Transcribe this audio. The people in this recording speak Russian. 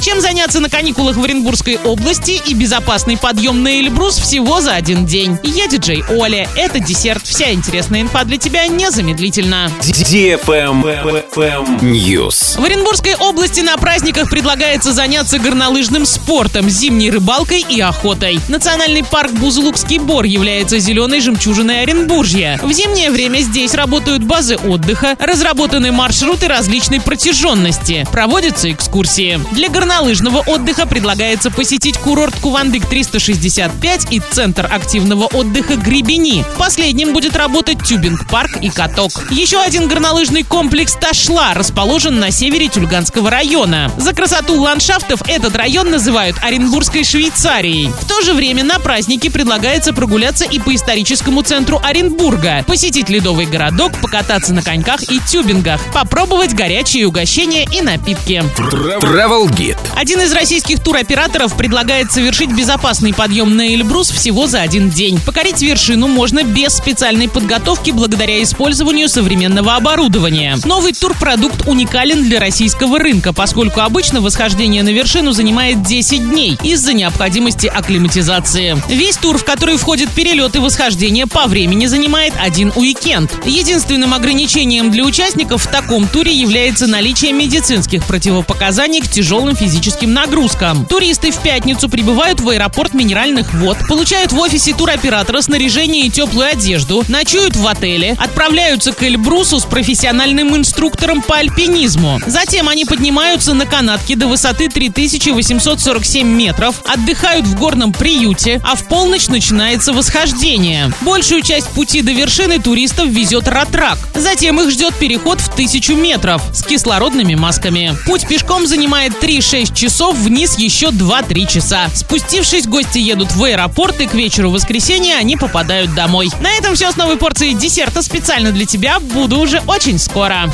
Чем заняться на каникулах в Оренбургской области и безопасный подъем на Эльбрус всего за один день. Я диджей Оля. Это десерт. Вся интересная инфа для тебя незамедлительно. News. В Оренбургской области на праздниках предлагается заняться горнолыжным спортом, зимней рыбалкой и охотой. Национальный парк Бузулукский Бор является зеленой жемчужиной Оренбуржья. В зимнее время здесь работают базы отдыха, разработаны маршруты различной протяженности, проводятся экскурсии. Для горнолыжного отдыха предлагается посетить курорт Кувандык 365 и центр активного отдыха Гребени. В последнем будет работать тюбинг-парк и каток. Еще один горнолыжный комплекс Ташла расположен на севере Тюльганского района. За красоту ландшафтов этот район называют Оренбургской Швейцарией. В то же время на праздники предлагается прогуляться и по историческому центру Оренбурга, посетить ледовый городок, покататься на коньках и тюбингах, попробовать горячие угощения и напитки. Travel Guide. Один из российских туроператоров предлагает совершить безопасный подъем на Эльбрус всего за один день. Покорить вершину можно без специальной подготовки благодаря использованию современного оборудования. Новый турпродукт уникален для российского рынка, поскольку обычно восхождение на вершину занимает 10 дней из-за необходимости акклиматизации. Весь тур, в который входит перелет и восхождение, по времени занимает один уикенд. Единственным ограничением для участников в таком туре является наличие медицинских противопоказаний к тяжелым физическим нагрузкам. Туристы в пятницу прибывают в аэропорт Минеральных Вод, получают в офисе туроператора снаряжение и теплую одежду, ночуют в отеле, отправляются к Эльбрусу с профессиональным инструктором по альпинизму. Затем они поднимаются на канатке до высоты 3847 метров, отдыхают в горном приюте, а в полночь начинается восхождение. Большую часть пути до вершины туристов везет ратрак. Затем их ждет переход в 1000 метров с кислородными масками. Путь пешком занимает 3-6 часов, вниз еще 2-3 часа. Спустившись, гости едут в аэропорт, и к вечеру воскресенья они попадают домой. На этом все с новой порцией десерта специально для тебя. Буду уже очень скоро.